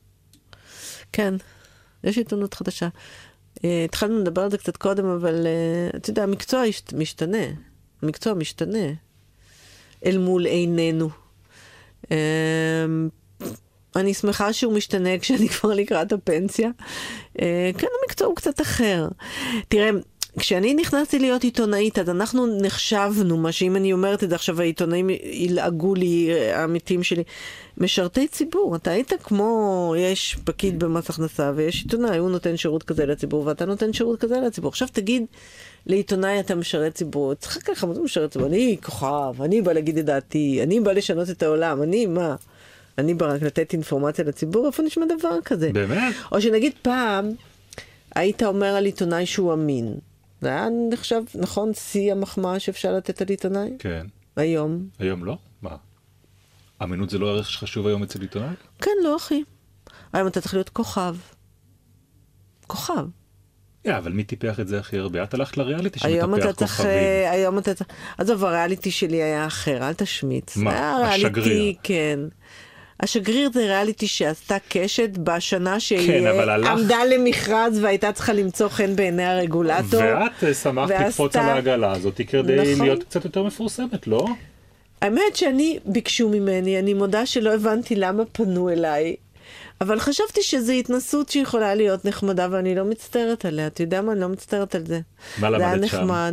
כן, יש עיתונות חדשה. התחלנו לדבר על זה קצת קודם, אבל אתה יודע, המקצוע משתנה. המקצוע משתנה אל מול עינינו. אני שמחה שהוא משתנה כשאני כבר לקראת הפנסיה. כן, המקצוע הוא קצת אחר. תראה, כשאני נכנסתי להיות עיתונאית, אז אנחנו נחשבנו, מה שאם אני אומרת את זה עכשיו, העיתונאים ילעגו לי, העמיתים שלי, משרתי ציבור. אתה היית כמו, יש פקיד במס הכנסה, ויש עיתונאי, הוא נותן שירות כזה לציבור, ואתה נותן שירות כזה לציבור. עכשיו תגיד, לעיתונאי אתה משרת ציבור, צריך ככה, מה זה משרת ציבור? אני כוכב, אני בא להגיד את דעתי, אני בא לשנות את העולם, אני מה? אני בא רק לתת אינפורמציה לציבור, איפה נשמע דבר כזה? באמת? או שנגיד פעם, היית אומר על עיתונאי שהוא אמין. זה היה נחשב, נכון, שיא המחמאה שאפשר לתת על עיתונאי? כן. היום? היום לא? מה? אמינות זה לא ערך שחשוב היום אצל עיתונאי? כן, לא אחי. היום אתה צריך להיות כוכב. כוכב. אבל מי טיפח את זה הכי הרבה? את הלכת לריאליטי שמטפח כוכבים. היום אתה צריך... עזוב, הריאליטי שלי היה אחר, אל תשמיץ. מה? השגריר. כן. השגריר זה ריאליטי שעשתה קשת בשנה שהיא עמדה למכרז והייתה צריכה למצוא חן בעיני הרגולטור. ואת שמחת לקפוץ על העגלה הזאת כדי להיות קצת יותר מפורסמת, לא? האמת שאני ביקשו ממני, אני מודה שלא הבנתי למה פנו אליי, אבל חשבתי שזו התנסות שיכולה להיות נחמדה ואני לא מצטערת עליה. אתה יודע מה? אני לא מצטערת על זה. מה למדת שם? זה היה נחמד.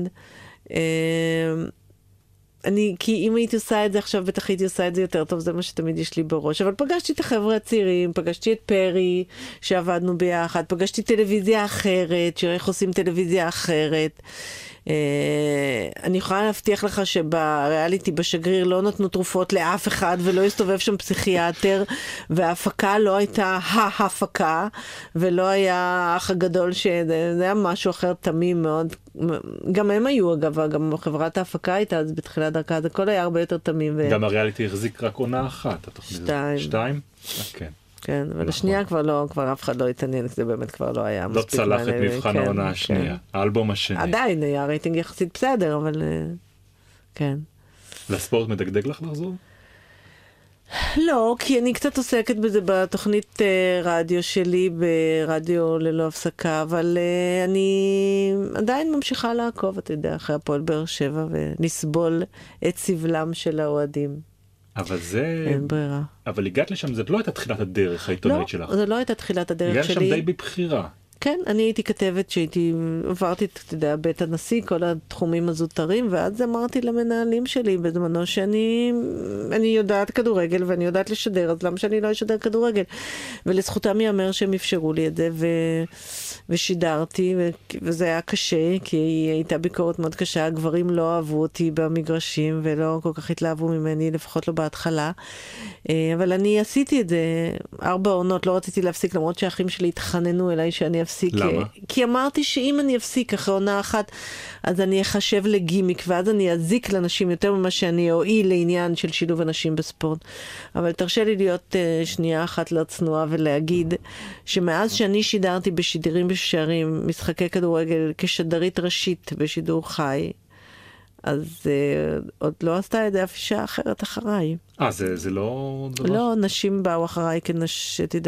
כי אם הייתי עושה את זה עכשיו, בטח הייתי עושה את זה יותר טוב, זה מה שתמיד יש לי בראש. אבל פגשתי את החבר'ה הצעירים, פגשתי את פרי, שעבדנו ביחד, פגשתי טלוויזיה אחרת, שאיך עושים טלוויזיה אחרת. אני יכולה להבטיח לך שבריאליטי בשגריר לא נתנו תרופות לאף אחד, ולא הסתובב שם פסיכיאטר, וההפקה לא הייתה ההפקה, ולא היה האח הגדול, שזה היה משהו אחר תמים מאוד. גם הם היו אגב, גם חברת ההפקה הייתה, אז בתחילת דרכה, אז הכל היה הרבה יותר תמים. גם הריאליטי החזיק רק עונה אחת, התוכנית הזאת. 2? כן. כן, אבל השנייה כבר לא, כבר אף אחד לא התעניין, זה באמת כבר לא היה מספיק. לא צלח את מבחן העונה השנייה, האלבום השני. עדיין היה רייטינג יחסית בסדר, אבל כן. לספורט מדגדג לך לחזור? לא, כי אני קצת עוסקת בזה בתוכנית רדיו שלי, ברדיו ללא הפסקה, אבל אני עדיין ממשיכה לעקוב, אתה יודע, אחרי הפועל באר שבע, ולסבול את סבלם של האוהדים. אבל זה... אין ברירה. אבל הגעת לשם, זה לא הייתה תחילת הדרך העיתונאית שלך. לא, זה לא הייתה תחילת הדרך שלי. הגעת שם די בבחירה. כן, אני הייתי כתבת עברתי, אתה יודע, בית הנשיא, כל התחומים הזוטרים, ואז אמרתי למנהלים שלי בזמנו שאני יודעת כדורגל ואני יודעת לשדר, אז למה שאני לא אשדר כדורגל? ולזכותם ייאמר שהם אפשרו לי את זה, ושידרתי, וזה היה קשה, כי הייתה ביקורת מאוד קשה, הגברים לא אהבו אותי במגרשים, ולא כל כך התלהבו ממני, לפחות לא בהתחלה. אבל אני עשיתי את זה 4 עונות, לא רציתי להפסיק, למרות שהאחים שלי התחננו אליי שאני אפסיק. למה? כי אמרתי שאם אני אפסיק אחרי עונה אחת, אז אני אחשב לגימיק, ואז אני אזיק לאנשים יותר ממה שאני אועיל לעניין של שילוב אנשים בספורט. אבל תרשה לי להיות שנייה אחת לא צנועה ולהגיד שמאז שאני שידרתי בשידורים בשערים, משחקי כדורגל כשדרית ראשית בשידור חי, אז עוד לא עשתה את זה אף אישה אחרת אחריי. זה לא... לא, נשים באו אחריי תדע,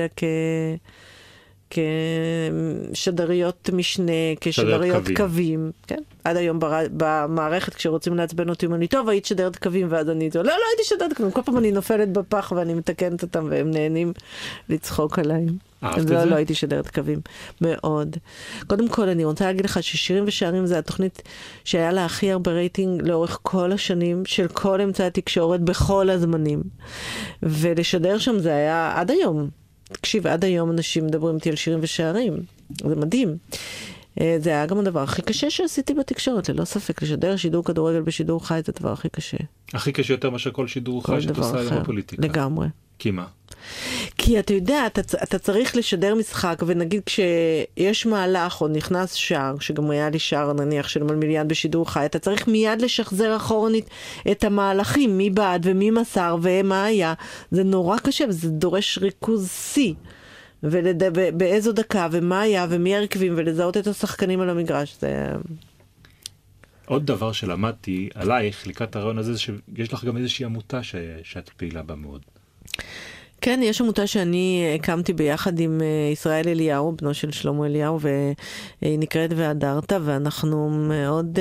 כשדריות משנה, כשדריות קווים. כן? עד היום במערכת, כשרוצים לעצבן אותי, אני טוב, היית שדרת קווים, ואז אני לא הייתי שדרת קווים. כל פעם אני נופלת בפח ואני מתקנת אותם, והם נהנים לצחוק עליי. אהבת את זה? לא הייתי שדרת קווים. מאוד. קודם כל, אני רוצה להגיד לך ששירים ושערים זה התוכנית שהיה לה הכי הרבה רייטינג לאורך כל השנים, של כל אמצעי התקשורת בכל הזמנים. ולשדר שם זה היה עד היום. תקשיב, עד היום אנשים מדברים איתי על שירים ושערים. זה מדהים. זה היה גם הדבר הכי קשה שעשיתי בתקשורת, ללא ספק. לשדר שידור כדורגל בשידור חי זה הדבר הכי קשה. הכי קשה יותר מאשר כל שידור חי שאת עושה היום בפוליטיקה. לגמרי. כי מה? כי אתה יודע, אתה צריך לשדר משחק, ונגיד כשיש מהלך או נכנס שער, שגם היה לי שער נניח של מלמיליאן בשידור חי, אתה צריך מיד לשחזר אחורנית את המהלכים, מי בעד ומי מסר ומה היה. זה נורא קשה, וזה דורש ריכוז C. ובאיזו דקה ומה היה ומי הרכבים, ולזהות את השחקנים על המגרש. זה... עוד דבר שלמדתי עלייך לקראת הרעיון הזה, שיש לך גם איזושהי עמותה שאת פעילה בה מאוד. כן, יש עמותה שאני הקמתי ביחד עם ישראל אליהו, בנו של שלמה אליהו, והיא נקראת והדרת, ואנחנו מאוד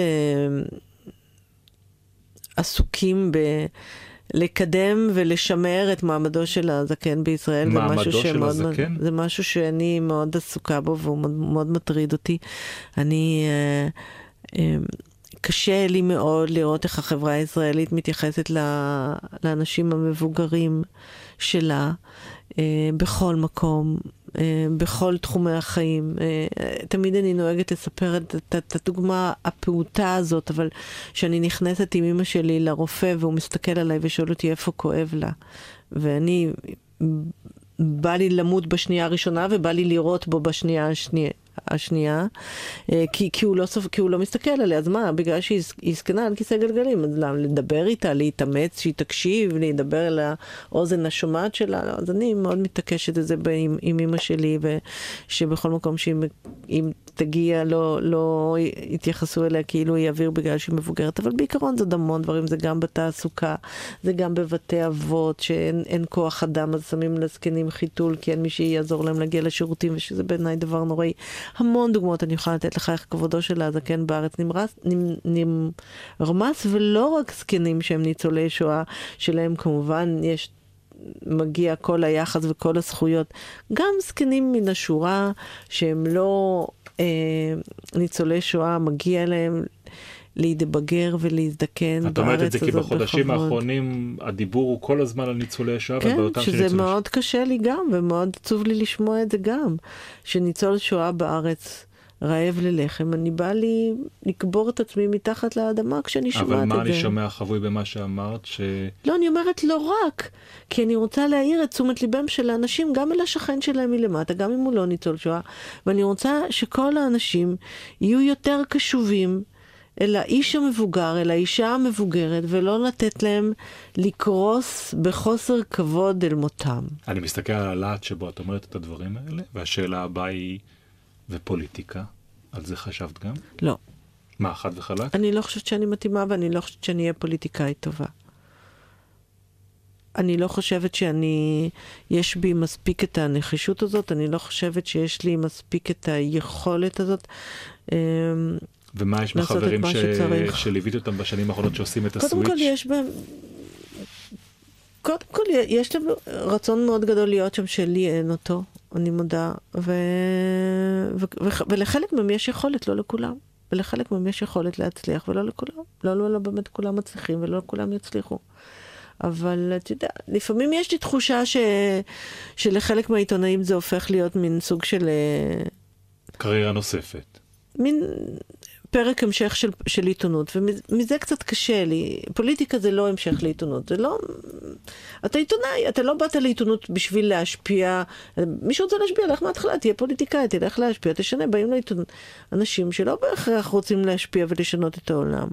עסוקים לקדם ולשמר את מעמדו של הזקן בישראל. מעמדו של הזקן? זה משהו שאני מאוד עסוקה בו, והוא מאוד מטריד אותי. קשה לי מאוד לראות איך החברה הישראלית מתייחסת לאנשים המבוגרים שלה, בכל מקום, בכל תחומי החיים. תמיד אני נוהגת לספר את הדוגמה הפעוטה הזאת, אבל שאני נכנסת עם אמא שלי לרופא, והוא מסתכל עליי ושואל אותי איפה כואב לה. ואני, בא לי למות בשנייה הראשונה, ובא לי לראות בו בשנייה השנייה, כי הוא לא מסתכל עליה. אז מה? בגלל שהיא סקנה על כיסא גלגלים, אז לדבר איתה, להתאמץ, שהיא תקשיב, לדבר על האוזן השומעת שלה. אז אני מאוד מתעקשת את זה עם אמא שלי, ושבכל מקום שהיא תגיע, לא יתייחסו אליה כאילו היא אוויר בגלל שהיא מבוגרת. אבל בעיקרון זה המון דברים, זה גם בתעסוקה, זה גם בבתי אבות, שאין כוח אדם, אז שמים לזקנים חיתול, כי אין מי שיעזור להם להגיע לשירותים, ושזה בעיניי דבר נוראי. המון דוגמאות אני יכולה לתת לך איך כבודו של הזקן בארץ נרמס, ולא רק זקנים שהם ניצולי שואה, שלהם כמובן מגיע כל היחס וכל הזכויות. גם זקנים מן השורה שהם לא ניצולי שואה, מגיע להם להתבגר ולהזדקן בארץ הזאת. את אומרת את זה כי בחודשים האחרונים הדיבור הוא כל הזמן על ניצולי שואה. כן, שזה מאוד קשה לי גם, ומאוד עצוב לי לשמוע את זה גם, שניצול שואה בארץ רעב ללחם, אני באה לי לקבור את עצמי מתחת לאדמה כשאני שומעת את זה. אבל מה אני שומע חבוי במה שאמרת? לא, אני אומרת לא רק, כי אני רוצה להעיר את תשומת ליבם של האנשים, גם אל השכן שלהם מלמטה, גם אם הוא לא ניצול שואה, ואני רוצה שכל האנשים יהיו יותר קשובים אל האיש המבוגר, אל האישה המבוגרת, ולא לתת להם לקרוס בחוסר כבוד אל מותם. אני מסתכל על הלהט שבו את אומרת את הדברים האלה, והשאלה הבאה היא, ופוליטיקה, על זה חשבת גם? לא. מה, חד וחלק? אני לא חושבת שאני מתאימה, ואני לא חושבת שאני אהיה פוליטיקאית טובה. אני לא חושבת יש בי מספיק את הנחישות הזאת, אני לא חושבת שיש לי מספיק את היכולת הזאת. ומה יש בחברים שליווית אותם בשנים האחרונות שעושים את הסוויץ'? קודם כל יש להם רצון מאוד גדול להיות שם שלי אין אותו, אני מודה, ולחלק מהם יש יכולת, לא לכולם. ולחלק מהם יש יכולת להצליח, ולא לכולם. לא באמת כולם מצליחים, ולא כולם יצליחו. אבל אתה יודע, לפעמים יש לי תחושה שלחלק מהעיתונאים זה הופך להיות מין סוג של... קריירה נוספת. מין פרק המשך של עיתונות, ומזה קצת קשה לי. פוליטיקה זה לא המשך לעיתונות, זה לא... אתה עיתונאי, אתה לא באת לעיתונות בשביל להשפיע, מישהו רוצה להשפיע, לך מההתחלה, תהיה פוליטיקאי, תלך להשפיע, תשנה, באים לעיתונות. אנשים שלא בהכרח רוצים להשפיע ולשנות את העולם.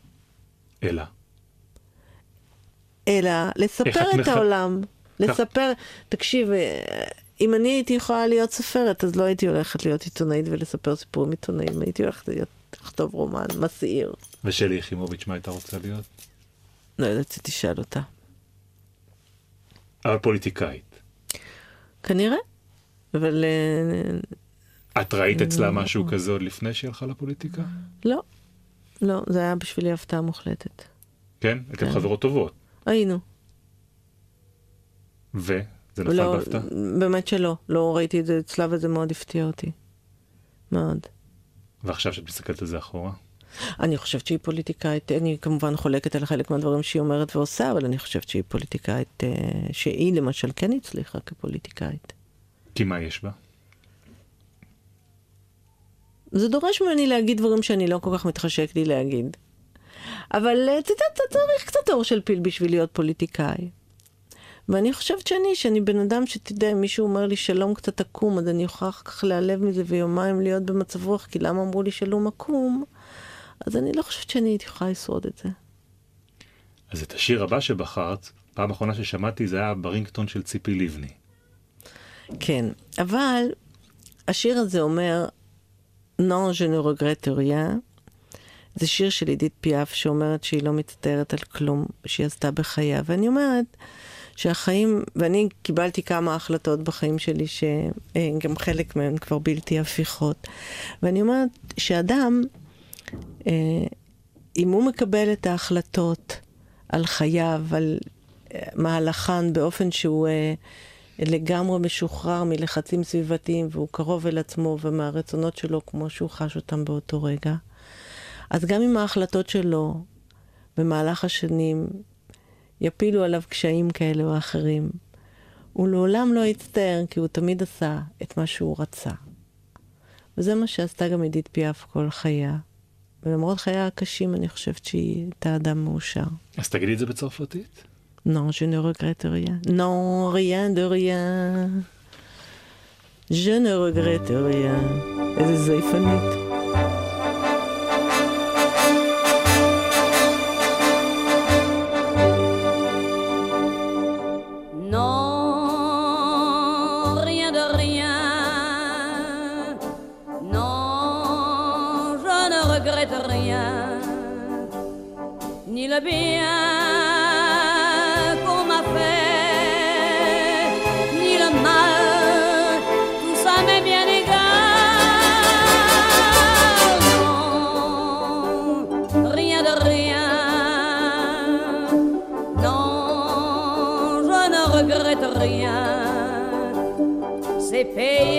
אלא לספר את העולם. לספר, תקשיב, אם אני הייתי יכולה להיות ספרת, אז לא הייתי הולכת להיות עיתונאית ולספר סיפורים עיתונאיים, הייתי הולכת לכתוב רומן מסעיר. ושלי יחימוביץ', מה הייתה רוצה להיות? לא יודעת, תשאל אותה. אבל פוליטיקאית. כנראה, אבל... את ראית אצלה משהו כזה עוד לפני שהיא הלכה לפוליטיקה? לא, לא, זה היה בשבילי הפתעה מוחלטת. כן? אתם חברות טובות? היינו. זה נפל בהפתעה? באמת שלא, לא ראיתי את זה אצלה וזה מאוד הפתיע אותי. מאוד. ועכשיו שאת מסתכלת על זה אחורה? אני חושבת שהיא פוליטיקאית, אני כמובן חולקת על חלק מהדברים שהיא אומרת ועושה, אבל אני חושבת שהיא פוליטיקאית, שהיא למשל כן הצליחה כפוליטיקאית. כי מה יש בה? זה דורש ממני להגיד דברים שאני לא כל כך מתחשק לי להגיד. אבל אתה צריך קצת אור של פיל בשביל להיות פוליטיקאי. ואני חושבת שאני בן אדם שתדע, מישהו אומר לי שלום קצת עקום, אז אני יכולה כך להיעלב מזה ויומיים להיות במצב רוח, כי למה אמרו לי שלום עקום? אז אני לא חושבת שאני הייתי יכולה לשרוד את זה. אז את השיר הבא שבחרת, פעם האחרונה ששמעתי זה היה ברינגטון של ציפי לבני. כן, אבל השיר הזה אומר, Non, je ne regrette rien. זה שיר של עידית פיאף שאומרת שהיא לא מצטערת על כלום שהיא עשתה בחייה. ואני אומרת שהחיים, ואני קיבלתי כמה החלטות בחיים שלי שגם חלק מהן כבר בלתי הפיכות. ואני אומרת שאדם, אם הוא מקבל את ההחלטות על חייו, על מהלכן באופן שהוא לגמרי משוחרר מלחצים סביבתיים, והוא קרוב אל עצמו ומהרצונות שלו כמו שהוא חש אותם באותו רגע, אז גם אם ההחלטות שלו במהלך השנים יפילו עליו קשיים כאלה או אחרים, הוא לעולם לא יצטער, כי הוא תמיד עשה את מה שהוא רצה. וזה מה שעשתה גם עידית פיאף כל חייה. ולמרות חייה הקשים, אני חושבת שהיא הייתה אדם מאושר. אז תגידי את זה בצרפתית? Non, je ne regrette rien. Non, rien de rien. Je ne regrette rien. איזה זייפנית. Ni le bien qu'on m'a fait, ni le mal, tout ça m'est bien égal. Non, rien de rien. Non, je ne regrette rien. C'est payé.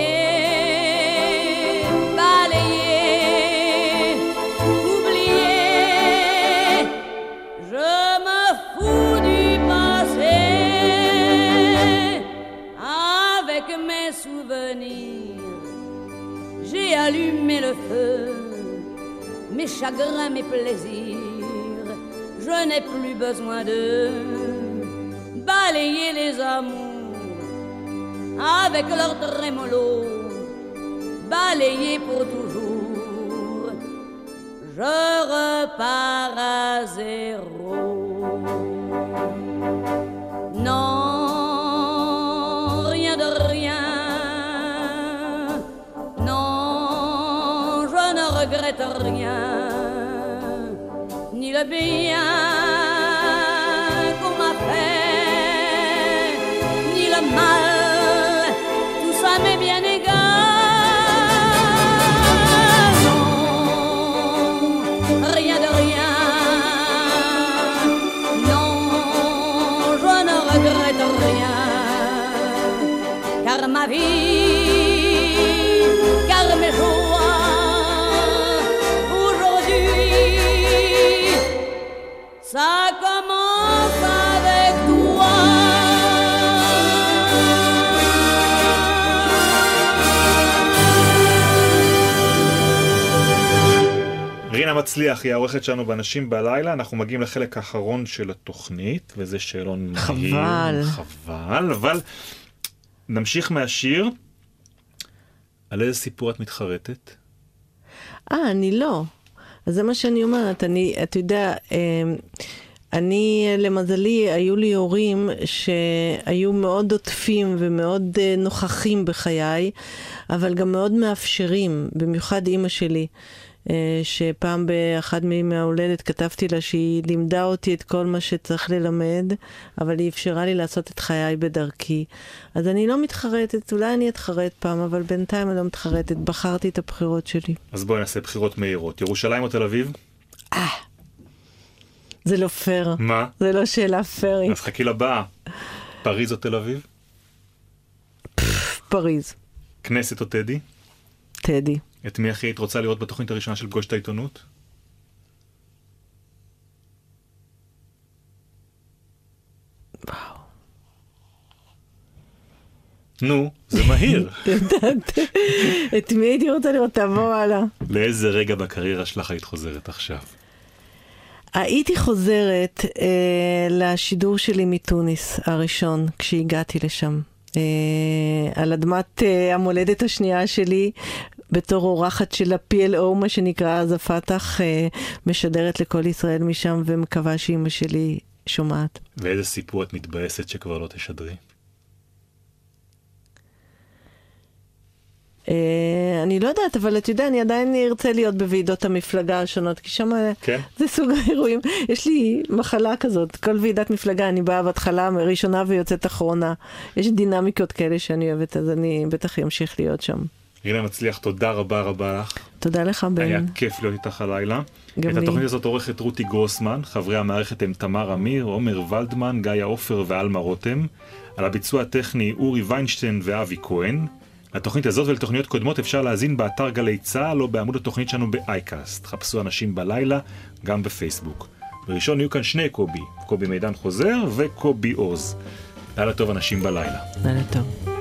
Allumer le feu, mes chagrins, mes plaisirs, je n'ai plus besoin de balayer les amours avec leur trémolo, balayer pour toujours, je repars à zéro. Non, rien de rien. Je ne regrette rien, ni le bien qu'on m'a fait, le mal, tout ça m'est bien égal. Non, rien de rien. Non, je ne regrette rien. Car ma vie, car mes joies, aujourd'hui, ça commence avec toi. רינה מצליח היא העורכת שלנו באנשים בלילה. אנחנו מגיעים לחלק האחרון של התוכנית, וזה שאלון מהיר. חבל, אבל נמשיך מהשיר. על איזה סיפור את מתחרטת? אני לא. אז זה מה שאני אומרת. אתה יודע, אני, למזלי, היו לי הורים שהיו מאוד עוטפים ומאוד נוכחים בחיי, אבל גם מאוד מאפשרים, במיוחד אמא שלי. שפעם באחד מההולדת כתבתי לה שהיא לימדה אותי את כל מה שצריך ללמד, אבל היא אפשרה לי לעשות את חיי בדרכי. אז אני לא מתחרטת, אולי אני אתחרט פעם, אבל בינתיים אני לא מתחרטת, בחרתי את הבחירות שלי. אז בואי נעשה בחירות מהירות. ירושלים או תל אביב? זה לא פייר. מה? זה לא שאלה פיירית. אז חכי לבאה. פריז או תל אביב? פריז. כנסת או טדי? טדי. את מי הכי היית רוצה לראות בתוכנית הראשונה של גושת העיתונות? וואו. נו, זה מהיר. יודעת, את מי הייתי רוצה לראות? תבוא הלאה. לאיזה רגע בקריירה שלך היית חוזרת עכשיו? הייתי חוזרת לשידור שלי מתוניס הראשון, כשהגעתי לשם. על אדמת המולדת השנייה שלי, בתור אורחת של ה-PLO, מה שנקרא, אז הפתח משדרת לכל ישראל משם, ומקווה שאמא שלי שומעת. ואיזה סיפור את מתבאסת שכבר לא תשדרי? אני לא יודעת, אבל אתה יודע, אני עדיין ארצה להיות בוועידות המפלגה השונות, כי שם כן? זה סוג האירועים. יש לי מחלה כזאת, כל ועידת מפלגה, אני באה בהתחלה ראשונה ויוצאת אחרונה. יש דינמיקות כאלה שאני אוהבת, אז אני בטח אמשיך להיות שם. רינה מצליח, תודה רבה רבה לך. תודה לך, בן. היה כיף להיות איתך הלילה. את התוכנית הזאת עורכת רותי גרוסמן, חברי המערכת הם תמר אמיר, עומר ולדמן, גיא עופר ואלמה רותם. על הביצוע הטכני אורי ויינשטיין ואבי כהן. לתוכנית הזאת ולתוכניות קודמות אפשר להזין באתר גלי צהל או בעמוד התוכנית שלנו באייקאסט. חפשו אנשים בלילה, גם בפייסבוק. בראשון יהיו כאן שני קובי, קובי מידן חוזר וקובי עוז. לילה טוב אנשים בלילה. לילה טוב.